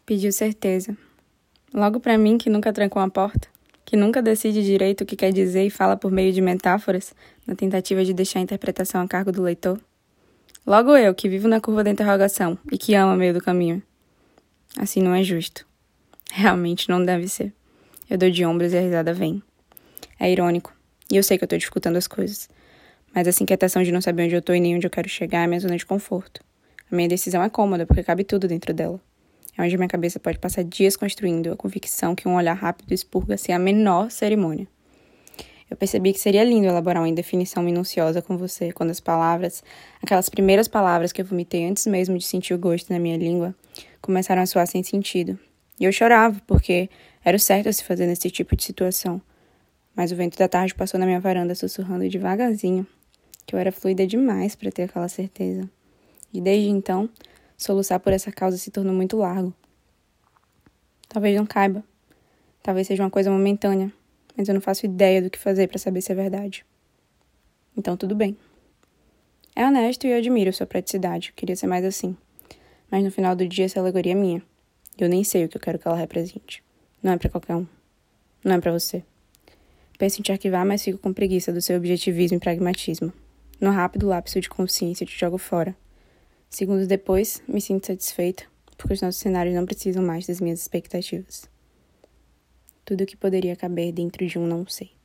Pediu certeza. Logo pra mim, que nunca trancou uma porta, que nunca decide direito o que quer dizer e fala por meio de metáforas, na tentativa de deixar a interpretação a cargo do leitor. Logo eu, que vivo na curva da interrogação e que amo a meio do caminho. Assim não é justo. Realmente não deve ser. Eu dou de ombros e a risada vem. É irônico. E eu sei que eu tô dificultando as coisas. Mas essa inquietação de não saber onde eu tô e nem onde eu quero chegar é minha zona de conforto. A minha decisão é cômoda, porque cabe tudo dentro dela. É onde minha cabeça pode passar dias construindo a convicção que um olhar rápido expurga sem a menor cerimônia. Eu percebi que seria lindo elaborar uma indefinição minuciosa com você, quando as palavras, aquelas primeiras palavras que eu vomitei antes mesmo de sentir o gosto na minha língua, começaram a soar sem sentido. E eu chorava, porque era o certo a se fazer nesse tipo de situação. Mas o vento da tarde passou na minha varanda sussurrando devagarzinho que eu era fluida demais para ter aquela certeza. E desde então, soluçar por essa causa se tornou muito largo. Talvez não caiba. Talvez seja uma coisa momentânea. Mas eu não faço ideia do que fazer para saber se é verdade. Então tudo bem. É honesto e eu admiro sua praticidade. Eu queria ser mais assim. Mas no final do dia essa alegoria é minha. E eu nem sei o que eu quero que ela represente. Não é para qualquer um. Não é para você. Penso em te arquivar, mas fico com preguiça do seu objetivismo e pragmatismo. No rápido lapso de consciência te jogo fora. Segundos depois, me sinto satisfeita, porque os nossos cenários não precisam mais das minhas expectativas. Tudo o que poderia caber dentro de um não sei.